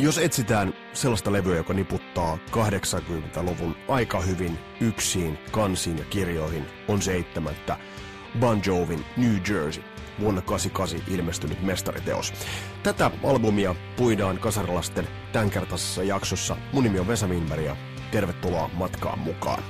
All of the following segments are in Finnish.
Jos etsitään sellaista levyä, joka niputtaa 80-luvun aika hyvin yksiin, kansiin ja kirjoihin, on se eittämättä Bon Jovin New Jersey, vuonna 1988 ilmestynyt mestariteos. Tätä albumia puidaan kasarilasten tämänkertaisessa jaksossa. Mun nimi on Vesa Winberg ja tervetuloa matkaan mukaan.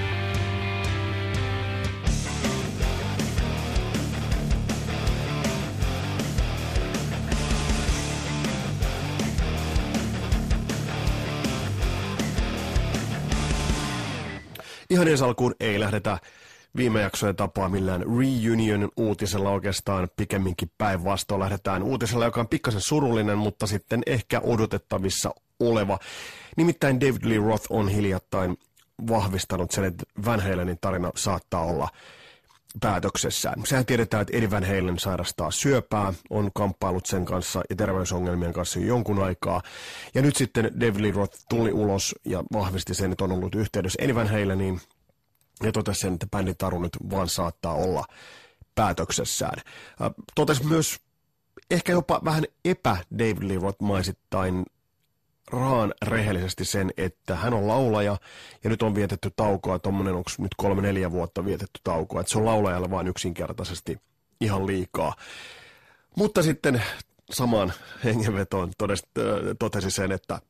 Ihan ensi alkuun ei lähdetä viime jaksojen tapaa millään reunion uutisella, oikeastaan pikemminkin päinvastoin. Lähdetään uutisella, joka on pikkasen surullinen, mutta sitten ehkä odotettavissa oleva. Nimittäin David Lee Roth on hiljattain vahvistanut sen, että Van Halenin tarina saattaa olla päätöksessään. Sehän tiedetään, että Eddie Van Halen sairastaa syöpää, on kamppailut sen kanssa ja terveysongelmien kanssa jo jonkun aikaa. Ja nyt sitten David Lee Roth tuli ulos ja vahvisti sen, että on ollut yhteydessä Eddie Van Haleniin ja totesi sen, että bändin taru nyt vaan saattaa olla päätöksessään. Totesi myös ehkä jopa vähän David Lee Roth-maisittain raan rehellisesti sen, että hän on laulaja ja nyt on vietetty taukoa, tuommoinen onko nyt 3-4 vuotta vietetty taukoa, että se on laulajalle vaan yksinkertaisesti ihan liikaa. Mutta sitten samaan hengenvetoon totesi sen, että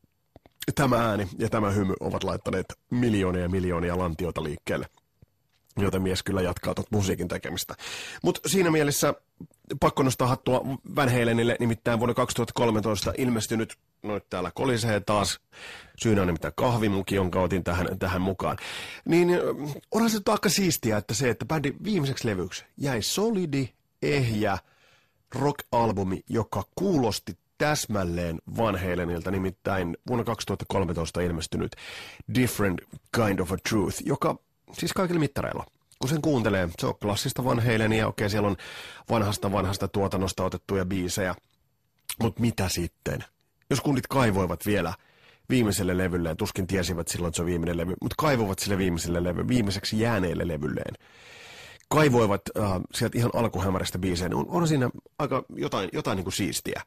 tämä ääni ja tämä hymy ovat laittaneet miljoonia lantioita liikkeelle, joten mies kyllä jatkaa tuota musiikin tekemistä. Mutta siinä mielessä pakko nostaa hattua Van Halenille, nimittäin vuonna 2013 ilmestynyt, no täällä kolisee taas, syynä on nimittäin kahvimuki, jonka otin tähän mukaan. Niin onhan se aika siistiä, että se, että bändin viimeiseksi levyksi jäi solidi, ehjä rock-albumi, joka kuulosti täsmälleen Van Halenilta, nimittäin vuonna 2013 ilmestynyt Different Kind of a Truth, joka siis kaikilla mittareilla, kun sen kuuntelee, se on klassista Van Halenia, okei, siellä on vanhasta tuotannosta otettuja biisejä, mutta mitä sitten? Jos kunnit kaivoivat vielä viimeiselle levylleen, tuskin tiesivät silloin, että se on viimeinen levy, mutta kaivoivat sille viimeiseksi jääneelle levylleen, kaivoivat sieltä ihan alkuhämärästä biisejä, niin on siinä aika jotain niin kuin siistiä.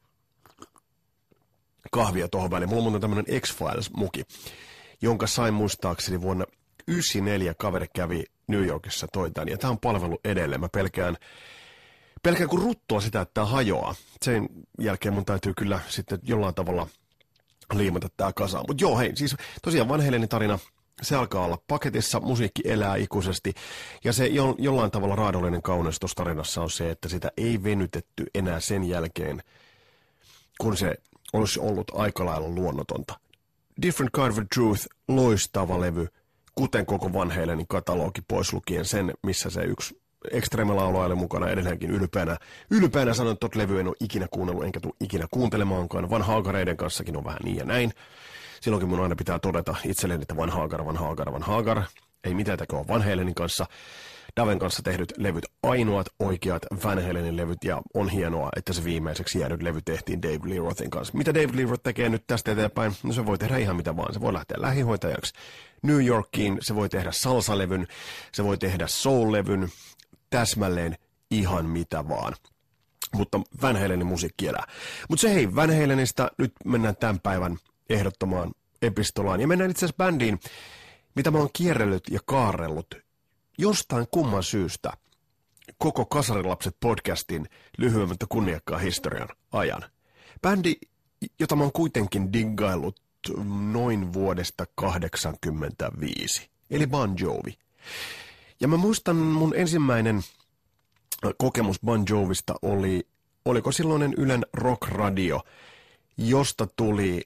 Kahvia tuohon väliin. Mulla on muuten tämmöinen X-Files-muki, jonka sain muistaakseni vuonna 1994 kaveri kävi New Yorkissa toitaan, ja tämä on palvelu edelleen. Mä pelkään kun ruttua sitä, että tämä hajoaa. Sen jälkeen mun täytyy kyllä sitten jollain tavalla liimata tämä kasaan. Mutta joo, hei, siis tosiaan Van Halenin tarina, se alkaa olla paketissa, musiikki elää ikuisesti, ja se jollain tavalla raadollinen kauneus tuossa tarinassa on se, että sitä ei venytetty enää sen jälkeen, kun se olisi ollut aika lailla luonnotonta. Different Kind of a Truth, loistava levy, kuten koko Van Halenin katalogi pois lukien sen, missä se yksi ekstreemelaulaja oli mukana edelleenkin ylpeänä sanon, että tot levy en ole ikinä kuunnellut, enkä tule ikinä kuuntelemaankaan. Van Hagareiden kanssakin on vähän niin ja näin. Silloinkin mun aina pitää todeta itselleni, että Van Hagar. Ei mitään tekoa Van Halenin kanssa. Daven kanssa tehdyt levyt, ainoat oikeat Van Halenin levyt, ja on hienoa, että se viimeiseksi jäänyt levy tehtiin David Lee Rothin kanssa. Mitä David Lee Roth tekee nyt tästä eteenpäin? No se voi tehdä ihan mitä vaan. Se voi lähteä lähihoitajaksi New Yorkiin, se voi tehdä salsa-levyn, se voi tehdä soul-levyn, täsmälleen ihan mitä vaan. Mutta Van Halenin musiikki elää. Mutta se hei, Van Halenista nyt mennään tämän päivän ehdottomaan epistolaan, ja mennään itse asiassa bändiin, mitä mä oon kierrellyt ja kaarrellut jostain kumman syystä koko Kasarilapset podcastin lyhyen, mutta kunniakkaan historian ajan. Bändi, jota mä oon kuitenkin diggaillut noin vuodesta 1985, eli Bon Jovi. Ja mä muistan mun ensimmäinen kokemus Bon Jovista oliko silloinen Ylen Rock Radio, josta tuli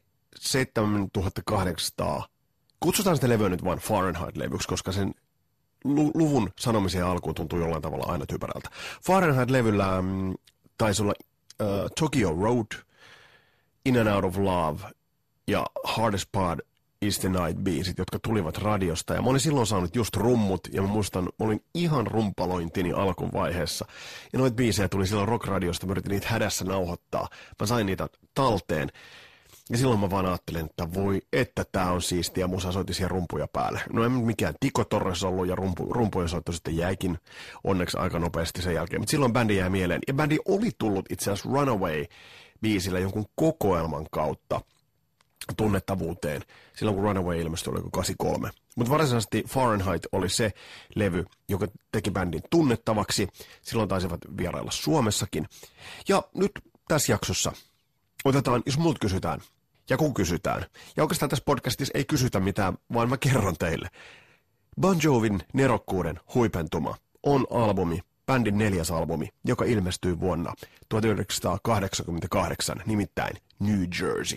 7800, kutsutaan sitä levyä nyt vain Fahrenheit-levyksi, koska sen luvun sanomisen alkuun tuntuu jollain tavalla aina typerältä. Fahrenheit-levyllä taisi olla Tokyo Road, In and Out of Love ja Hardest Part Is the Night biisit, jotka tulivat radiosta. Ja mä olin silloin saanut just rummut, ja mä muistan, olin ihan rumpalointini alkuvaiheessa. Ja noita biisejä tuli silloin rockradiosta, mä yritin niitä hädässä nauhoittaa. Mä sain niitä talteen. Ja silloin mä vaan ajattelin, että voi, että tää on siistiä, musa soitti siihen rumpuja päälle. No ei mikään Tiko Torres ollut, ja rumpuja soitto sitten jäikin onneksi aika nopeasti sen jälkeen. Mutta silloin bändi jäi mieleen. Ja bändi oli tullut itse asiassa Runaway-biisillä jonkun kokoelman kautta tunnettavuuteen silloin, kun Runaway ilmestyi, oli 83. Mutta varsinaisesti Fahrenheit oli se levy, joka teki bändin tunnettavaksi. Silloin taisivat vierailla Suomessakin. Ja nyt tässä jaksossa otetaan, jos multa kysytään, ja kun kysytään, ja oikeastaan tässä podcastissa ei kysytä mitään, vaan mä kerron teille. Bon Jovin nerokkuuden huipentuma on albumi, bändin 4. albumi, joka ilmestyi vuonna 1988, nimittäin New Jersey.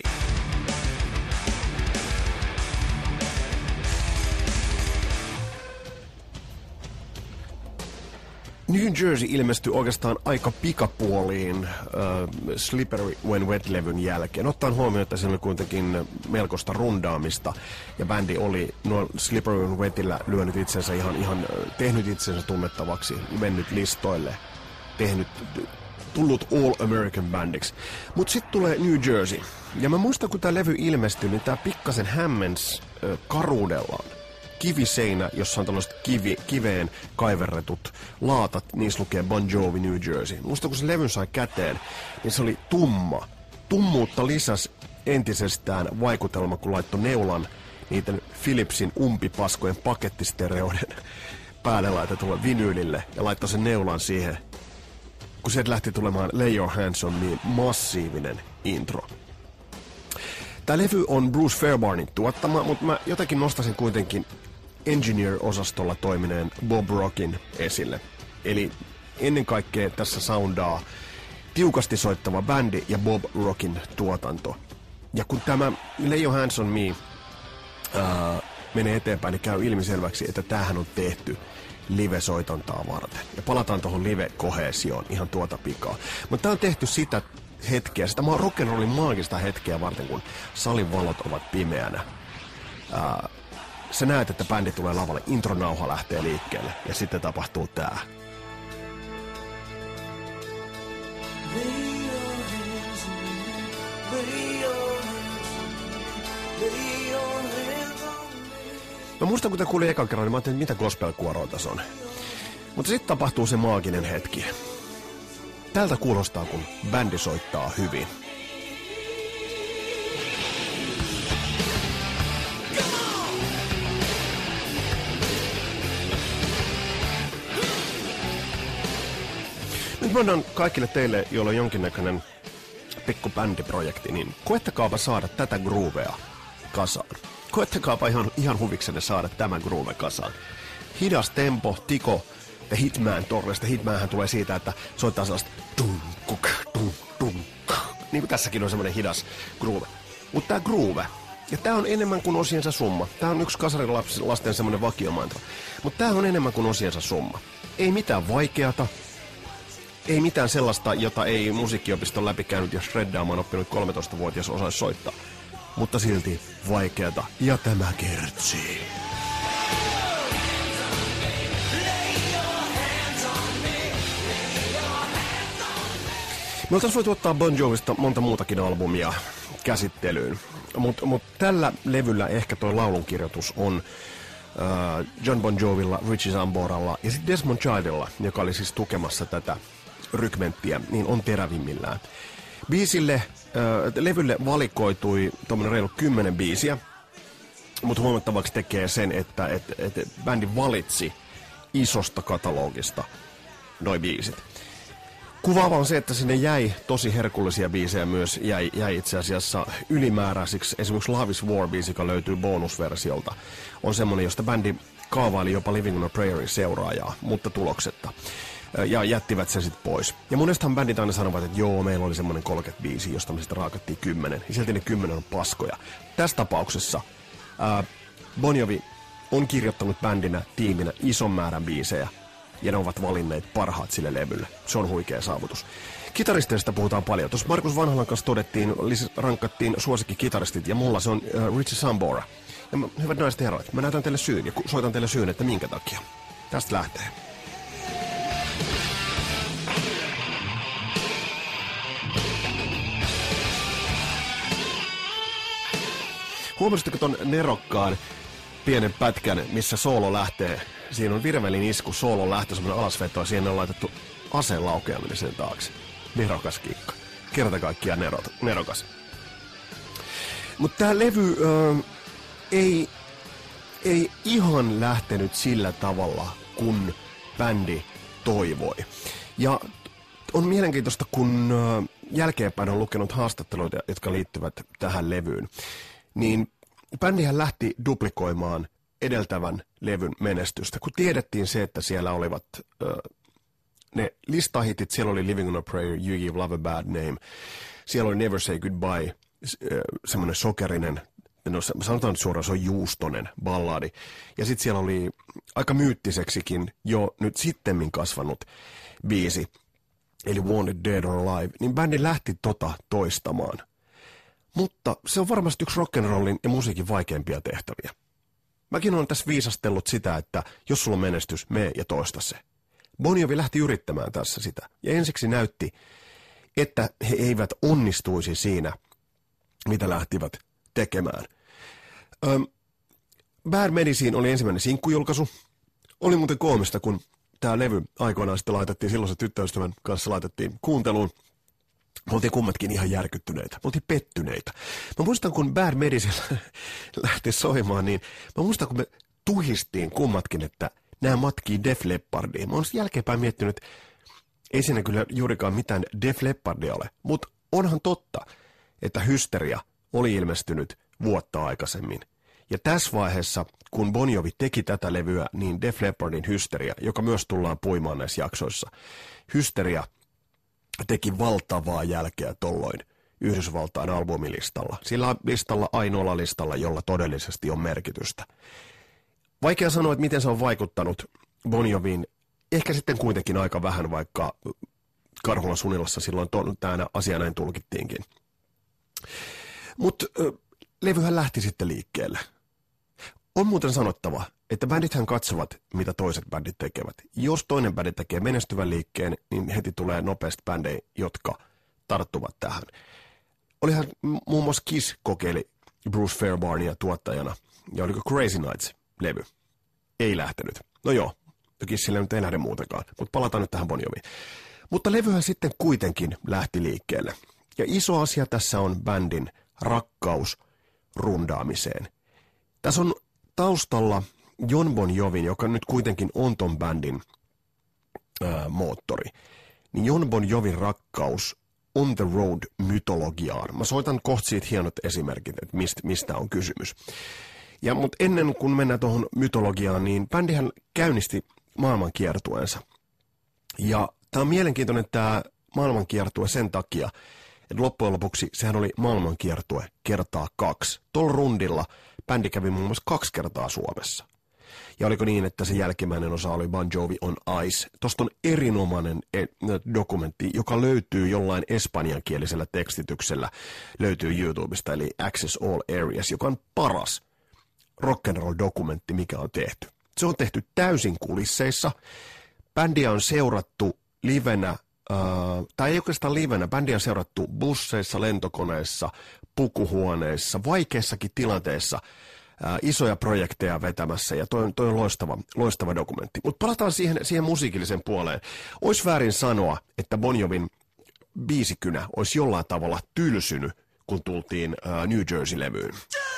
New Jersey ilmestyi oikeastaan aika pikapuoliin Slippery When Wet-levyn jälkeen. Ottaen huomioon, että se oli kuitenkin melkoista rundaamista. Ja bändi oli Slippery When Wetillä lyönyt itsensä ihan tehnyt itsensä tunnettavaksi, mennyt listoille, tullut All American bandiksi. Mutta sitten tulee New Jersey. Ja mä muistan, kun tää levy ilmestyi, niin tää pikkasen hämmens karuudellaan. Kiviseinä, jossa on tällaiset kiveen kaiverretut laatat, niissä lukee Bon Jovi New Jersey. Musta kun se levyn sai käteen, niin se oli tumma. Tummuutta lisäsi entisestään vaikutelma, kun laittoi neulan niiden Philipsin umpipaskojen pakettistereoiden päälle laitetulle vinyylille ja laittoi sen neulan siihen. Kun sieltä lähti tulemaan Lay Your Hands on Me, massiivinen intro. Tämä levy on Bruce Fairbairnin tuottama, mutta mä jotenkin nostasin kuitenkin Engineer-osastolla toimineen Bob Rockin esille. Eli ennen kaikkea tässä soundaa tiukasti soittava bändi ja Bob Rockin tuotanto. Ja kun tämä Lay Your Hands on Me menee eteenpäin, niin käy ilmiselväksi, että tämähän on tehty live-soitantaa varten. Ja palataan tuohon live-koheesioon ihan tuota pikaa. Mutta tämä on tehty sitä hetkeä, sitä rock'n'rollin maagista hetkeä varten, kun salin valot ovat pimeänä. Sä näet, että bändi tulee lavalle, intronauha lähtee liikkeelle ja sitten tapahtuu tää. Mä muistan, kun tää kuuli ekan kerran, niin mä ajattelin, mitä gospel-kuoroa tässä on. Mutta sitten tapahtuu se maaginen hetki. Tältä kuulostaa, kun bändi soittaa hyvin. Nyt mä annan kaikille teille, joilla on jonkinnäköinen pikku bändiprojekti, niin koettakaapa saada tätä groovea kasaan. Koettakaapa ihan huviksenne saada tämän groove kasaan. Hidas tempo, Tiko The Hitman Torresta. Hitmanhän tulee siitä, että soittaa sellaista tunkuk. Niin kuin tässäkin on semmoinen hidas groove. Mutta tää groove, ja tää on enemmän kuin osiensa summa. Tää on yksi kasarilasten semmoinen vakiomantra. Mutta tää on enemmän kuin osiensa summa. Ei mitään vaikeata. Ei mitään sellaista, jota ei musiikkiopiston läpikäynyt ja shreddaamaan oppinut 13-vuotias osaisi soittaa. Mutta silti vaikeata. Ja tämä kertsii. Me oltaisiin voitu ottaa Bon Jovista monta muutakin albumia käsittelyyn, mutta tällä levyllä ehkä toi laulunkirjoitus on John Bon Jovilla, Richie Samboralla ja sitten Desmond Childilla, joka oli siis tukemassa tätä rykmenttiä, niin on terävimmillään. Levylle valikoitui tuommoinen reilu 10 biisiä, mutta huomattavaksi tekee sen, että bändi valitsi isosta katalogista noi biisit. Kuvaava on se, että sinne jäi tosi herkullisia biisejä myös, jäi itse asiassa ylimääräisiksi. Esimerkiksi Love is War-biisi, joka löytyy bonusversiolta, on semmoinen, josta bändi kaavaili jopa Living on a Prayerin seuraajaa, mutta tuloksetta. Ja jättivät sen sitten pois. Ja monestahan bändit aina sanovat, että joo, meillä oli semmoinen 30 biisi, josta me sitten raakattiin 10. Ja silti ne 10 on paskoja. Tässä tapauksessa Bon Jovi on kirjoittanut bändinä, tiiminä ison määrän biisejä. Ja ne ovat valinneet parhaat sille levylle. Se on huikea saavutus. Kitaristeista puhutaan paljon. Tuossa Markus Vanhalan kanssa rankattiin suosikkikitaristit, ja mulla se on Richie Sambora. Ja hyvät naiset ja herrat, mä näytän teille syyn ja soitan teille syyn, että minkä takia. Tästä lähtee. Huomasitteko ton nerokkaan pienen pätkän, missä soolo lähtee? Siinä on virvelin isku, soolon lähtö, semmoinen alasveto, ja siihen on laitettu aseen laukeaminen sen taakse. Nerokas kikka. Kerta kaikkiaan nerokas. Mutta tämä levy ei ihan lähtenyt sillä tavalla, kun bändi toivoi. Ja on mielenkiintoista, kun jälkeenpäin on lukenut haastatteluita, jotka liittyvät tähän levyyn, niin bändihän lähti duplikoimaan edeltävän levyn menestystä, kun tiedettiin se, että siellä olivat ne listahitit, siellä oli Living on a Prayer, You Give Love a Bad Name, siellä oli Never Say Goodbye, semmoinen sokerinen, no sanotaan nyt suoraan, se on juustonen balladi, ja sitten siellä oli aika myyttiseksikin jo nyt sittemmin kasvanut biisi, eli Wanted Dead or Alive, niin bändi lähti toistamaan. Mutta se on varmasti yksi rock'n'rollin ja musiikin vaikeimpia tehtäviä. Mäkin olen tässä viisastellut sitä, että jos sulla on menestys, mene ja toista se. Bon Jovi lähti yrittämään tässä sitä, ja ensiksi näytti, että he eivät onnistuisi siinä, mitä lähtivät tekemään. Bad Medicine oli ensimmäinen sinkkujulkaisu. Oli muuten koomista, kun tämä levy aikoinaan sitten laitettiin, silloisen tyttöystävän kanssa laitettiin kuunteluun. Me oltiin kummatkin ihan järkyttyneitä. Me oltiin pettyneitä. Mä muistan, kun Bad Medicine lähti soimaan, niin mä muistan, kun me tuhistiin kummatkin, että nämä matkii Def Leppardia. Mä oon sitten jälkeenpäin miettinyt, että ei siinä kyllä juurikaan mitään Def Leppardia ole. Mutta onhan totta, että Hysteria oli ilmestynyt vuotta aikaisemmin. Ja tässä vaiheessa, kun Bon Jovi teki tätä levyä, niin Def Leppardin Hysteria, joka myös tullaan puimaan näissä jaksoissa, Hysteria teki valtavaa jälkeä tolloin Yhdysvaltain albumilistalla. Sillä listalla, ainoalla listalla, jolla todellisesti on merkitystä. Vaikea sanoa, että miten se on vaikuttanut Bon Joviin. Ehkä sitten kuitenkin aika vähän, vaikka Karhulla Sunilassa silloin tämä asia näin tulkittiinkin. Mutta levyhän lähti sitten liikkeelle. On muuten sanottava, että bändithän katsovat, mitä toiset bändit tekevät. Jos toinen bändi tekee menestyvän liikkeen, niin heti tulee nopeasti bändejä, jotka tarttuvat tähän. Olihan muun muassa Kiss kokeili Bruce Fairbairnia tuottajana, ja oliko Crazy Nights-levy? Ei lähtenyt. No joo, Kissille nyt ei lähde muutenkaan, mutta palataan nyt tähän Bon Joviin. Mutta levyhän sitten kuitenkin lähti liikkeelle. Ja iso asia tässä on bändin rakkaus rundaamiseen. Tässä on taustalla Jon Bon Jovin, joka nyt kuitenkin on ton bändin moottori, niin Jon Bon Jovin rakkaus on the road-mytologiaan. Mä soitan kohta siitä hienot esimerkit, että mistä on kysymys. Mutta ennen kuin mennään tuohon mytologiaan, niin bändihän käynnisti maailmankiertueensa. Ja tämä on mielenkiintoinen tämä maailmankiertue sen takia, että loppujen lopuksi sehän oli maailmankiertue kertaa 2. Tuolla rundilla bändi kävi muun muassa 2 kertaa Suomessa. Ja oliko niin, että se jälkimmäinen osa oli Bon Jovi on Ice. Tuosta on erinomainen dokumentti, joka löytyy jollain espanjankielisellä tekstityksellä, löytyy YouTubesta, eli Access All Areas, joka on paras rock'n'roll-dokumentti, mikä on tehty. Se on tehty täysin kulisseissa. Bändiä on seurattu livenä, tai ei oikeastaan livenä, bändiä on seurattu busseissa, lentokoneissa, pukuhuoneissa, vaikeissakin tilanteissa, isoja projekteja vetämässä, ja toi on loistava dokumentti. Mutta palataan siihen musiikilliseen puoleen. Olisi väärin sanoa, että Bon Jovin biisikynä olisi jollain tavalla tylsynyt, kun tultiin New Jersey-levyyn.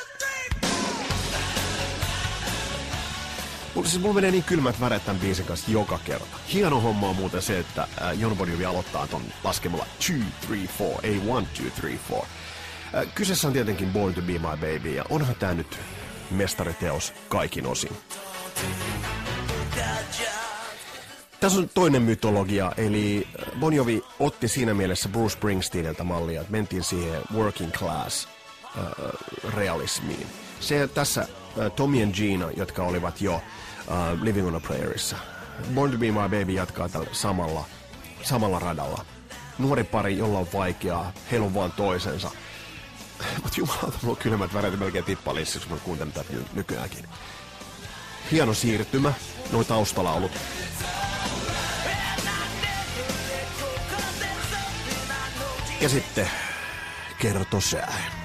Mutta siis mulla menee niin kylmät väret tämän biisin kanssa joka kerta. Hieno homma on muuten se, että Jon Bon Jovi aloittaa ton laskemalla 2, 3, 4, ei 1, 2, 3, 4. Kyseessä on tietenkin Born to be my baby, ja onhan tää nyt mestariteos kaikin osin. Tässä on toinen mytologia, eli Bon Jovi otti siinä mielessä Bruce Springsteeniltä mallia, että mentiin siihen working class realismiin. Se tässä Tommy and Gina, jotka olivat jo Living on a Prayerissa. Born to be my baby jatkaa tällä samalla radalla. Nuori pari, jolla on vaikeaa, heillä on vaan toisensa. Mutta jumalauta, mulla on kylmät väreet melkein tippalissiksi, kun mä kuuntelen tätä nykyäänkin. Hieno siirtymä, nuo taustalaulut. Ja sitten kertosää.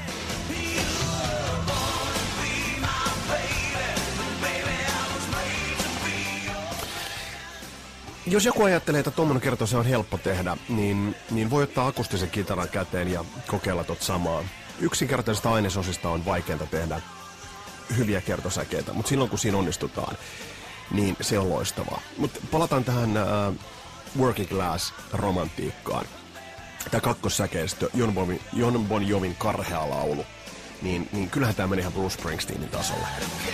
Jos joku ajattelee, että tuommoinen kertosää on helppo tehdä, niin voi ottaa akustisen kitaran käteen ja kokeilla tot samaa. yksinkertaisista ainesosista on vaikeinta tehdä hyviä kertosäkeitä, mutta silloin kun siinä onnistutaan, niin se on loistavaa. Mutta palataan tähän Working Class romantiikkaan. Tämä kakkossäkeistö, Jon Bon Jovin karhea laulu, niin kyllähän tämä meni ihan Bruce Springsteenin tasolle.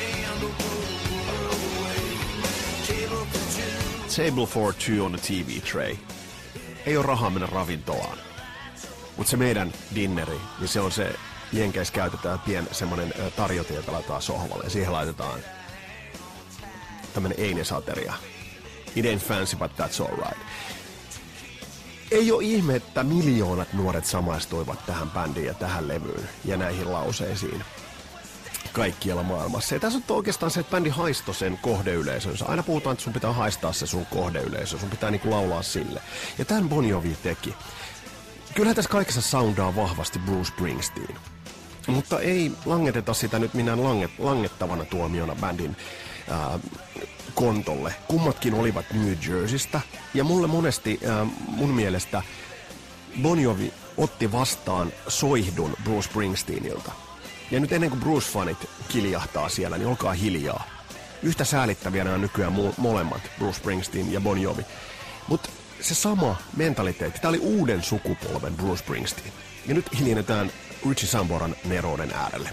Table for two on the TV tray. Ei ole rahaa mennä ravintolaan. Mutta se meidän dinneri, niin se on se, Jenkeissä käytetään semmonen tarjotin, joka laitetaan sohvalle. Ja siihen laitetaan tämmönen einesateria. It ain't fancy, but that's all right. Ei ole ihme, että miljoonat nuoret samaistuivat tähän bändiin ja tähän levyyn ja näihin lauseisiin kaikkialla maailmassa. Ja tässä on oikeastaan se, että bändi haistoi sen kohdeyleisönsä. Aina puhutaan, että sun pitää haistaa se sun kohdeyleisö, sun pitää niinku laulaa sille. Ja tämän Bon Jovi teki. Kyllähän tässä kaikessa soundaa vahvasti Bruce Springsteen. Mutta ei langeteta sitä nyt minään langettavana tuomiona bändin kontolle. Kummatkin olivat New Jerseystä. Ja mulle monesti, mun mielestä, Bon Jovi otti vastaan soihdun Bruce Springsteenilta. Ja nyt ennen kuin Bruce-fanit kiljahtaa siellä, niin olkaa hiljaa. Yhtä säälittäviä nämä on nykyään molemmat, Bruce Springsteen ja Bon Jovi. Mutta se sama mentaliteetti, tämä oli uuden sukupolven Bruce Springsteen. Ja nyt hiljennetään Richie Samboran nerouden äärelle.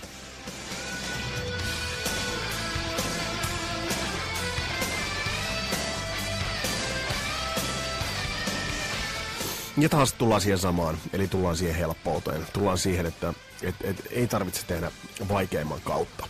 Ja taas tullaan siihen samaan, eli tullaan siihen helppouteen. Tullaan siihen, että ei tarvitse tehdä vaikeimman kautta.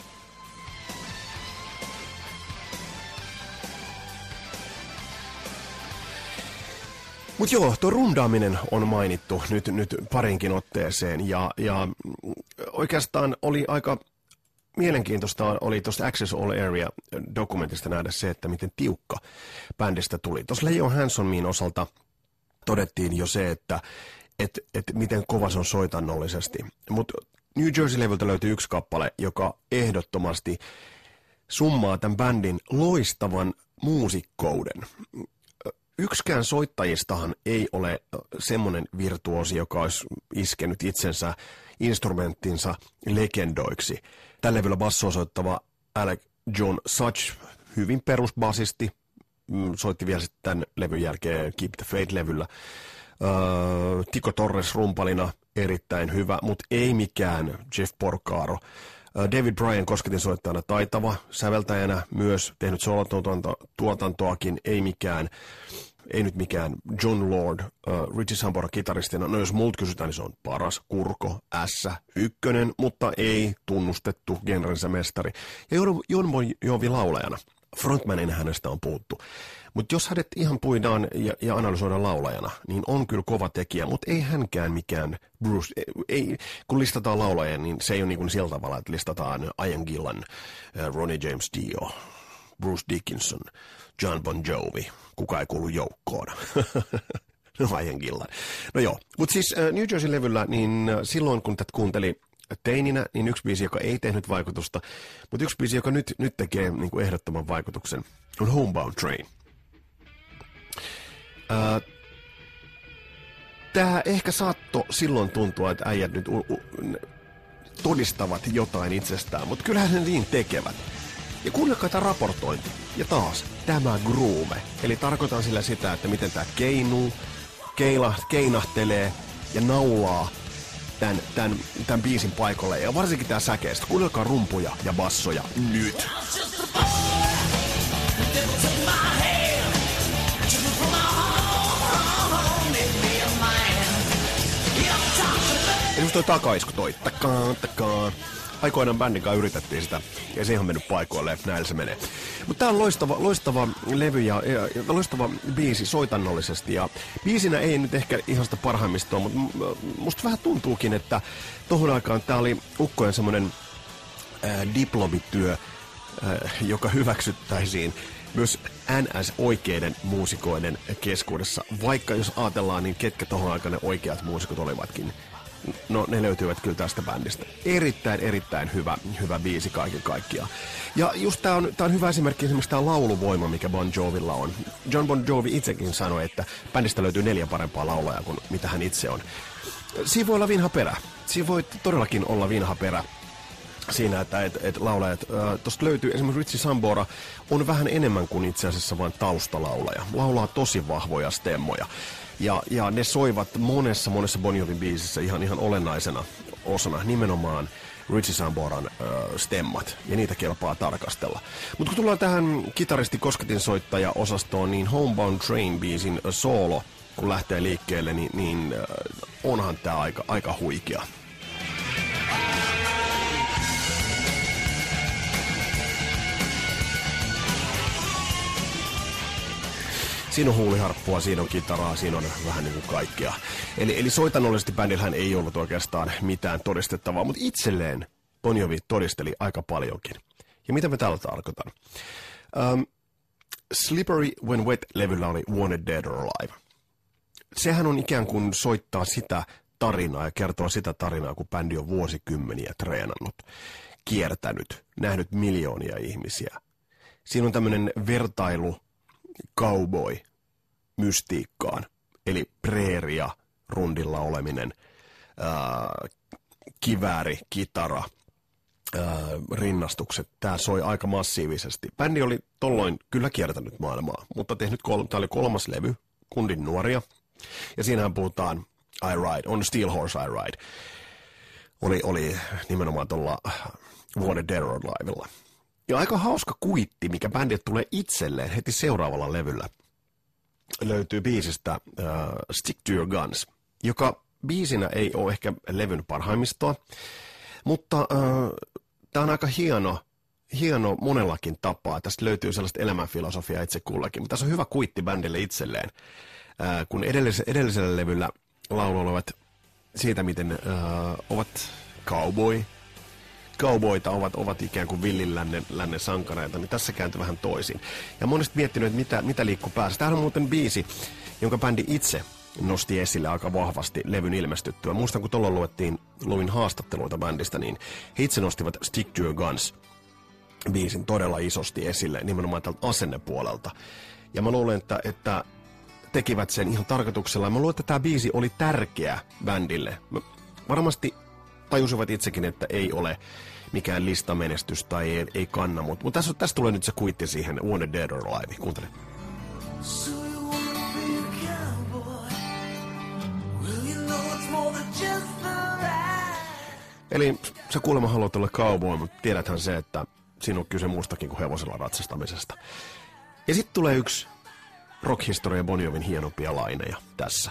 Mutta joo, tuo rundaaminen on mainittu nyt parinkin otteeseen, ja oikeastaan oli aika mielenkiintoista oli tuosta Access All Area-dokumentista nähdä se, että miten tiukka bändistä tuli. Tuossa Leo Hanssonin osalta todettiin jo se, että miten kova se on soitannollisesti. Mutta New Jersey-levyltä löytyy yksi kappale, joka ehdottomasti summaa tämän bändin loistavan muusikkouden. Yksikään soittajistahan ei ole semmoinen virtuosi, joka olisi iskenyt itsensä instrumenttinsa legendoiksi. Tällä levyllä bassoa soittava Alec John Such, hyvin perusbasisti, soitti vielä sitten tämän levyn jälkeen Keep the Faith-levyllä. Tico Torres rumpalina erittäin hyvä, mutta ei mikään Jeff Porcaro. David Bryan kosketinsoittajana taitava, säveltäjänä myös tehnyt solotuotantoakin, ei nyt mikään John Lord, Richie Sambora kitaristina. No jos multa kysytään, niin se on paras kurko, S1, mutta ei tunnustettu genrensä mestari. Ja Jon Bon Jovi laulajana. Frontmanin hänestä on puhuttu. Mutta jos hänet ihan puidaan ja analysoidaan laulajana, niin on kyllä kova tekijä, mutta ei hänkään mikään Bruce. Kun listataan laulajia, niin se ei ole niin sillä tavalla, että listataan Ian Gillan, Ronnie James Dio, Bruce Dickinson, Jon Bon Jovi. Kuka ei kuulu joukkoon. No Ian Gillan. No joo, mutta siis New Jersey-levyllä, niin silloin kun tätä kuunteli teininä, niin yksi biisi, joka ei tehnyt vaikutusta, mutta yksi biisi, joka nyt tekee niin kuin ehdottoman vaikutuksen, on Homebound Train. Tämä ehkä saattoi silloin tuntua, että äijät nyt todistavat jotain itsestään, mutta kyllähän ne niin tekevät. Ja kuunnelkaa tämä raportointi. Ja taas, tämä groove. Eli tarkoitan sillä sitä, että miten tämä keinahtelee ja naulaa tämän biisin paikalle. Ja varsinkin tämä säkeistä. Kuunnelkaa rumpuja ja bassoja nyt. Ja just toi takaisku toi. Takaan. Aikoinaan bändin kanssa yritettiin sitä, ja se ei ihan mennyt paikoille, näillä se menee. Mutta tää on loistava levy ja loistava biisi soitannollisesti, ja biisinä ei nyt ehkä ihan sitä parhaimmistoa, mutta musta vähän tuntuukin, että tohon aikaan tää oli ukkojen semmonen diplomityö, joka hyväksyttäisiin myös NS-oikeiden muusikoiden keskuudessa, vaikka jos ajatellaan, niin ketkä tohon aikaan ne oikeat muusikot olivatkin. No ne löytyvät kyllä tästä bändistä. Erittäin hyvä biisi kaiken kaikkiaan. Ja just tää on hyvä esimerkki esimerkiksi tää lauluvoima, mikä Bon Jovilla on. John Bon Jovi itsekin sanoi, että bändistä löytyy 4 parempaa laulajaa kuin mitä hän itse on. Siinä voi olla vinha perä. Siinä voi todellakin olla vinha perä. Siinä, että laulajat, tuosta löytyy esimerkiksi Richie Sambora on vähän enemmän kuin itse asiassa vain taustalaulaja. Laulaa tosi vahvoja stemmoja. Ja ne soivat monessa Bon Jovin biisissä ihan olennaisena osana nimenomaan Richie Samboran stemmat, ja niitä kelpaa tarkastella. Mutta kun tullaan tähän kitaristi-kosketinsoittaja-osastoon, niin Homebound Train-biisin soolo, kun lähtee liikkeelle, niin onhan tää aika huikea. Siinä on huuliharppua, siinä on kitaraa, siinä on vähän niin kuin kaikkea. Eli soitanollisesti bändillähän ei ollut oikeastaan mitään todistettavaa, mutta itselleen Bon Jovi todisteli aika paljonkin. Ja mitä me tällä tarkoitan? Slippery When Wet-levyllä oli Wanted Dead or Alive. Sehän on ikään kuin soittaa sitä tarinaa ja kertoo sitä tarinaa, kun bändi on vuosikymmeniä treenannut, kiertänyt, nähnyt miljoonia ihmisiä. Siinä on tämmöinen vertailu cowboy-mystiikkaan, eli preeria, rundilla oleminen, kivääri, kitara, rinnastukset. Tämä soi aika massiivisesti. Bändi oli tolloin kyllä kiertänyt maailmaa, mutta tehnyt tämä oli 3. levy, Kundin nuoria, ja siinähän puhutaan I Ride, on Steel Horse I Ride. Oli nimenomaan tuolla Wanted Dead or Alivella. Ja aika hauska kuitti, mikä bändille tulee itselleen heti seuraavalla levyllä. Löytyy biisistä Stick to Your Guns, joka biisinä ei ole ehkä levyn parhaimmistoa, mutta tämä on aika hieno monellakin tapaa. Tästä löytyy sellaista elämänfilosofiaa itse kullakin, mutta tässä on hyvä kuitti bändille itselleen. Kun edellisellä levyllä laulu olivat siitä, miten ovat cowboyta ovat ikään kuin villin lännen sankareita, niin tässä kääntyi vähän toisin. Ja monesti miettinyt, että mitä liikkuu päässä. Tämähän on muuten biisi, jonka bändi itse nosti esille aika vahvasti levyn ilmestyttyä. Muistan, kun tuolla luin haastatteluita bändistä, niin he itse nostivat Stick to Your Guns -biisin todella isosti esille, nimenomaan tältä asennepuolelta. Ja mä luulen, että tekivät sen ihan tarkoituksella. Mä luulen, että tämä biisi oli tärkeä bändille. Varmasti tajusivat itsekin, että ei ole mikään listamenestys tai ei kanna, mutta tässä tulee nyt se kuitti siihen Wanted Dead or Alive. Kuuntele. Eli sä kuulemma haluat olla cowboy, mutta tiedäthän se, että siinä on kyse muustakin kuin hevosella ratsastamisesta. Ja sitten tulee yksi rock-historia Bon Jovin hienompia laineja tässä.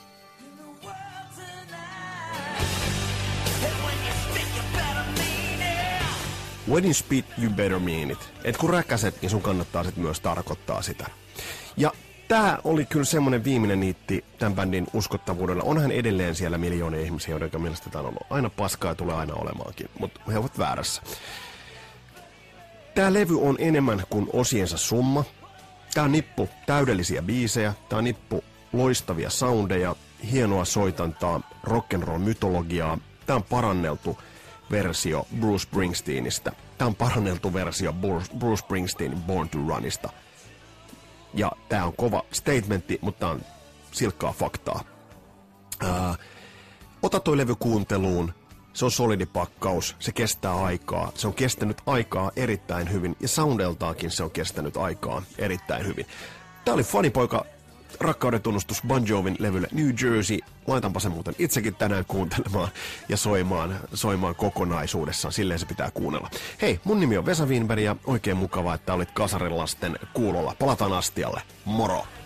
When you spit, you better mean it. Et kun räkäset, niin sun kannattaa sit myös tarkoittaa sitä. Ja tää oli kyllä semmonen viimeinen niitti tämän bändin uskottavuudella. Onhan edelleen siellä miljoonia ihmisiä, joiden mielestä tää on ollut aina paskaa ja tulee aina olemaankin, mutta he ovat väärässä. Tää levy on enemmän kuin osiensa summa. Tää on nippu täydellisiä biisejä, tää on nippu loistavia soundeja, hienoa soitantaa, rock'n'roll-mytologiaa. Tää on paranneltu versio Bruce Springsteenistä. Tää on paranneltu versio Bruce Springsteenin Born to Runista. Ja tää on kova statementti, mutta tää on silkkaa faktaa. Ota toi levy kuunteluun. Se on solidi pakkaus, se kestää aikaa, se on kestänyt aikaa erittäin hyvin ja soundeltaakin se on kestänyt aikaa erittäin hyvin. Tää oli Fanipoika rakkauden tunnustus Bon Jovin levylle New Jersey. Laitanpa sen muuten itsekin tänään kuuntelemaan ja soimaan kokonaisuudessaan, silleen se pitää kuunnella. Hei, mun nimi on Vesa Wienberg ja oikein mukavaa, että olit Kasarilasten kuulolla. Palataan astialle. Moro!